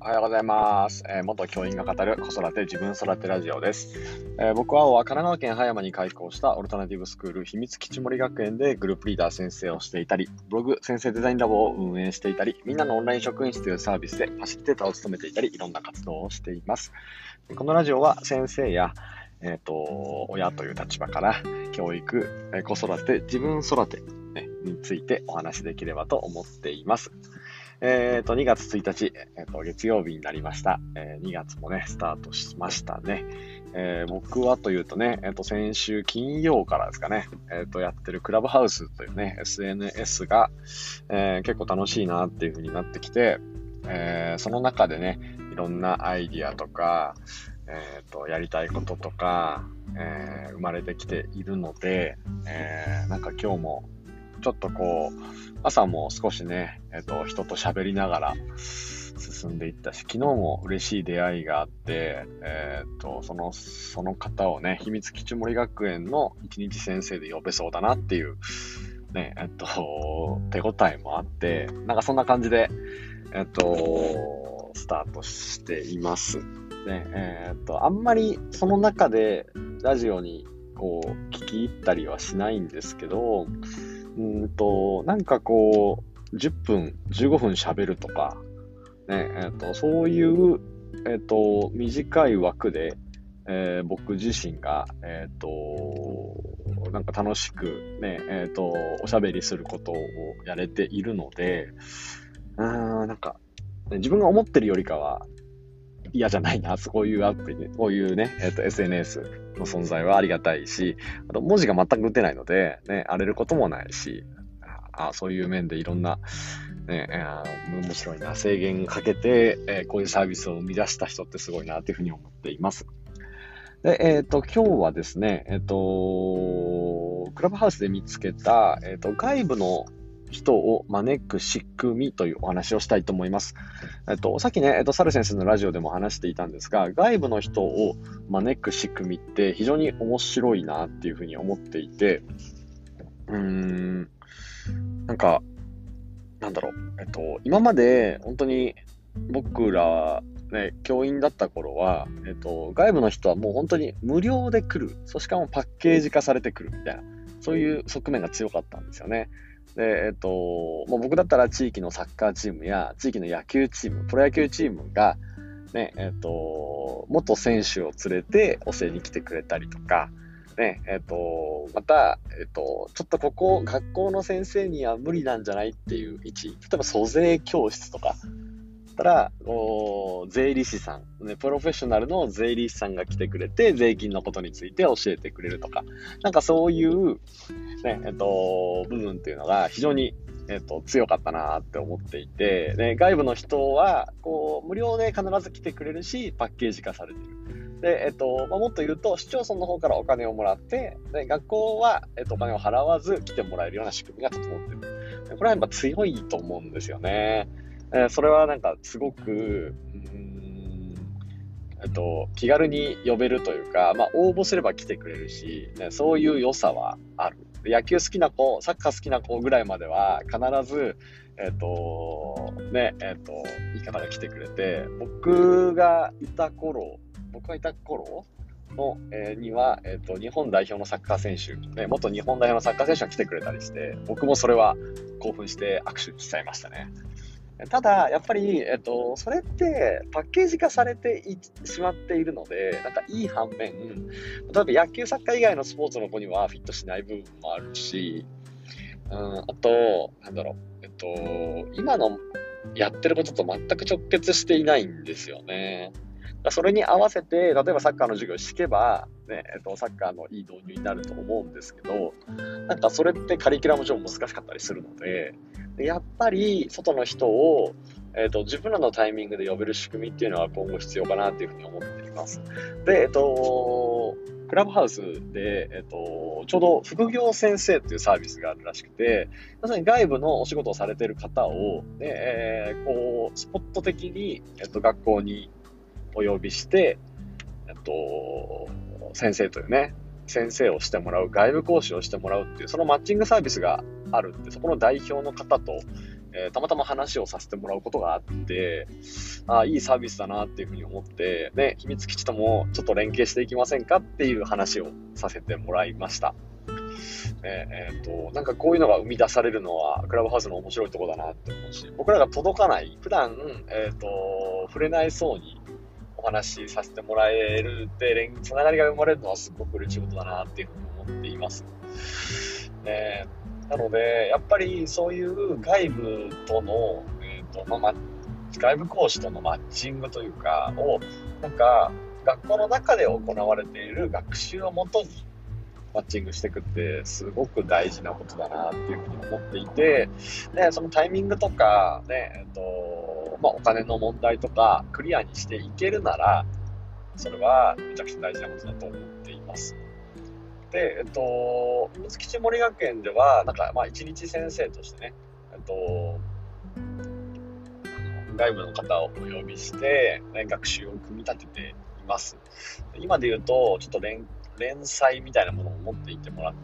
おはようございます。元教員が語る子育て自分育てラジオです。僕は神奈川県葉山に開校したオルタナティブスクール秘密基地森学園でグループリーダー先生をしていたり、ブログ先生デザインラボを運営していたり、みんなのオンライン職員室というサービスでファシリテーターを務めていたり、いろんな活動をしています。このラジオは先生や親という立場から教育、子育て、自分育て、についてお話しできればと思っています。2月1日、月曜日になりました。2月もね、スタートしましたね。僕はというとね、先週金曜からですかね、やってるクラブハウスというね、SNS が、結構楽しいなっていう風になってきて、その中でね、いろんなアイディアとか、やりたいこととか、生まれてきているので、なんか今日もちょっと朝も少しね、人と喋りながら進んでいったし、昨日も嬉しい出会いがあって、その方をね、秘密基地森学園の一日先生で呼べそうだなっていう、ね、手応えもあって、なんかそんな感じで、スタートしています。ね、あんまりその中でラジオに聞き入ったりはしないんですけど、なんか10分、15分喋るとか、ね、そういう、短い枠で、僕自身が、なんか楽しくね、おしゃべりすることをやれているので、なんか、自分が思ってるよりかは嫌じゃないな、こういうアプリで、こういうね、SNS の存在はありがたいし、あと文字が全く打てないので、ね、荒れることもないし、そういう面でいろんな、ね、面白いな、制限かけて、こういうサービスを生み出した人ってすごいなというふうに思っています。で、今日はですね、クラブハウスで見つけた、外部の人を招く仕組みというお話をしたいと思います。さっきね、サル先生のラジオでも話していたんですが、外部の人を招く仕組みって非常に面白いなっていうふうに思っていて、なんか、なんだろう、今まで本当に僕ら、ね、教員だった頃は、外部の人はもう本当に無料で来る、しかもパッケージ化されてくるみたいな、そういう側面が強かったんですよね。で、もう僕だったら地域のサッカーチームや地域の野球チーム、プロ野球チームが、ね、元選手を連れて教えに来てくれたりとか、ね、また、ちょっとここ、学校の先生には無理なんじゃないっていう位置、例えば租税教室とか、たら、税理士さん、ね、プロフェッショナルの税理士さんが来てくれて、税金のことについて教えてくれるとか、なんかそういう、ね、部分っていうのが非常に、強かったなって思っていて、ね、外部の人は、無料で必ず来てくれるし、パッケージ化されている。で、もっと言うと、市町村の方からお金をもらって、で学校は、お金を払わず来てもらえるような仕組みが整っている。これはやっぱ強いと思うんですよね。それはなんかすごく、気軽に呼べるというか、応募すれば来てくれるし、ね、そういう良さはある。野球好きな子、サッカー好きな子ぐらいまでは必ず、いい方が来てくれて、僕がいた頃の、には、日本代表のサッカー選手、ね、元日本代表のサッカー選手が来てくれたりして、僕もそれは興奮して握手しちゃいましたね。ただ、やっぱり、それってパッケージ化されてしまっているので、なんかいい反面、例えば野球、サッカー以外のスポーツの子にはフィットしない部分もあるし、あと、今のやってることと全く直結していないんですよね。それに合わせて、例えばサッカーの授業を敷けば、ね、サッカーのいい導入になると思うんですけど、なんかそれってカリキュラム上難しかったりするので、やっぱり外の人を、自分らのタイミングで呼べる仕組みっていうのは今後必要かなというふうに思っています。で、クラブハウスで、ちょうど副業先生っていうサービスがあるらしくて、まさに外部のお仕事をされている方を、スポット的に、学校にお呼びして、先生というね、先生をしてもらう、外部講師をしてもらうっていう、そのマッチングサービスがあるって、そこの代表の方と、 たまたま話をさせてもらうことがあって、いいサービスだなっていうふうに思って、秘密基地ともちょっと連携していきませんかっていう話をさせてもらいました。なんかこういうのが生み出されるのはクラブハウスの面白いところだなって思うし、僕らが届かない、普段、触れないそうにお話しさせてもらえるってつながりが生まれるのはすごく嬉しいことだなっていうふうに思っています。なのでやっぱりそういう外部との、外部講師とのマッチングというかをなんか学校の中で行われている学習をもとにマッチングしていくってすごく大事なことだなっていうふうに思っていて、そのタイミングとか、お金の問題とかクリアにしていけるならそれはめちゃくちゃ大事なことだと思っています。で、秘密基地森学園ではなんか一日先生としてね、外部の方をお呼びして、学習を組み立てています。今で言うとちょっと連載みたいなものを持っていてもらって、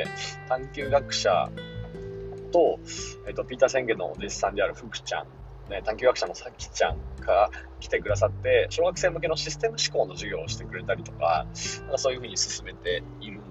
探究学者と、ピーター宣言のお弟子さんである福ちゃん、探究学者のさきちゃんが来てくださって、小学生向けのシステム思考の授業をしてくれたりとか、そういうふうに進めているんです。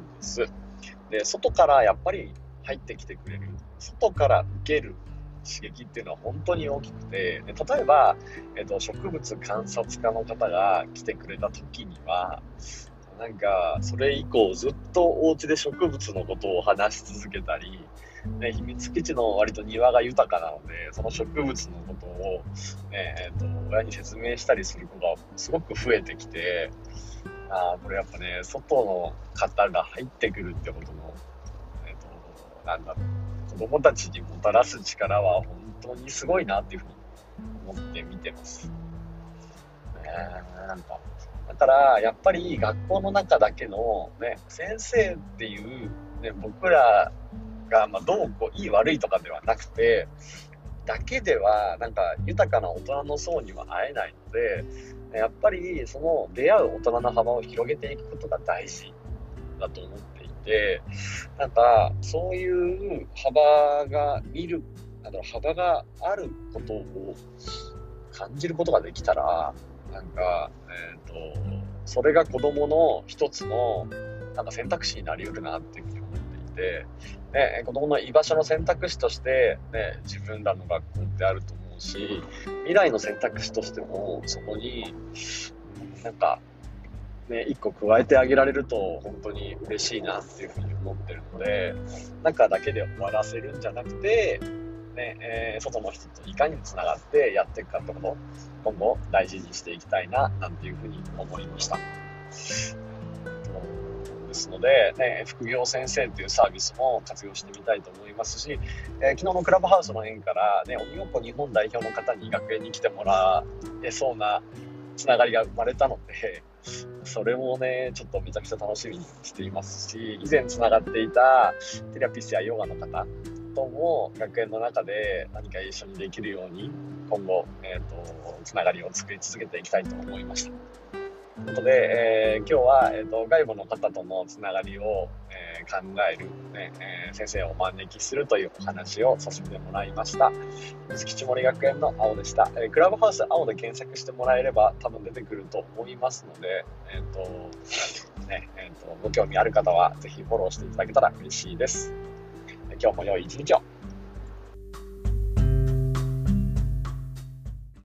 で、外からやっぱり入ってきてくれる、外から受ける刺激っていうのは本当に大きくて、例えば、植物観察家の方が来てくれた時にはなんかそれ以降ずっとお家で植物のことを話し続けたり、秘密基地の割と庭が豊かなのでその植物のことを、親に説明したりする子がすごく増えてきて、これやっぱね外の方が入ってくるってことの、子供たちにもたらす力は本当にすごいなっていうふうに思って見てます。だからやっぱり学校の中だけの、先生っていう、僕らがどうこういい悪いとかではなくてだけではなんか豊かな大人の層には会えないので、やっぱりその出会う大人の幅を広げていくことが大事だと思っていて、なんかそういう幅があることを感じることができたら、なんか、それが子供の一つのなんか選択肢になりうるなっていうふうに思っていて、子供の居場所の選択肢として、自分らの学校ってあると思うし、未来の選択肢としてもそこになんか一個加えてあげられると本当に嬉しいなっていうふうに思ってるので、中だけで終わらせるんじゃなくて、外の人といかにつながってやっていくかってことを今後大事にしていきたいななんていうふうに思いました。ですので、副業先生っていうサービスも活用してみたいと思いますし、昨日のクラブハウスの縁から、鬼ごっこ日本代表の方に学園に来てもらえそうなつながりが生まれたので、それもちょっとめちゃくちゃ楽しみにしていますし、以前つながっていたテラピスやヨガの方とも学園の中で何か一緒にできるように今後、つながりを作り続けていきたいと思いました。ということで、今日は、外部の方とのつながりを、考える、先生をお招きするというお話をさせてもらいました。水木森学園の青でした。クラブハウス青で検索してもらえれば多分出てくると思いますので、ご興味ある方はぜひフォローしていただけたら嬉しいです。今日も良い一日を。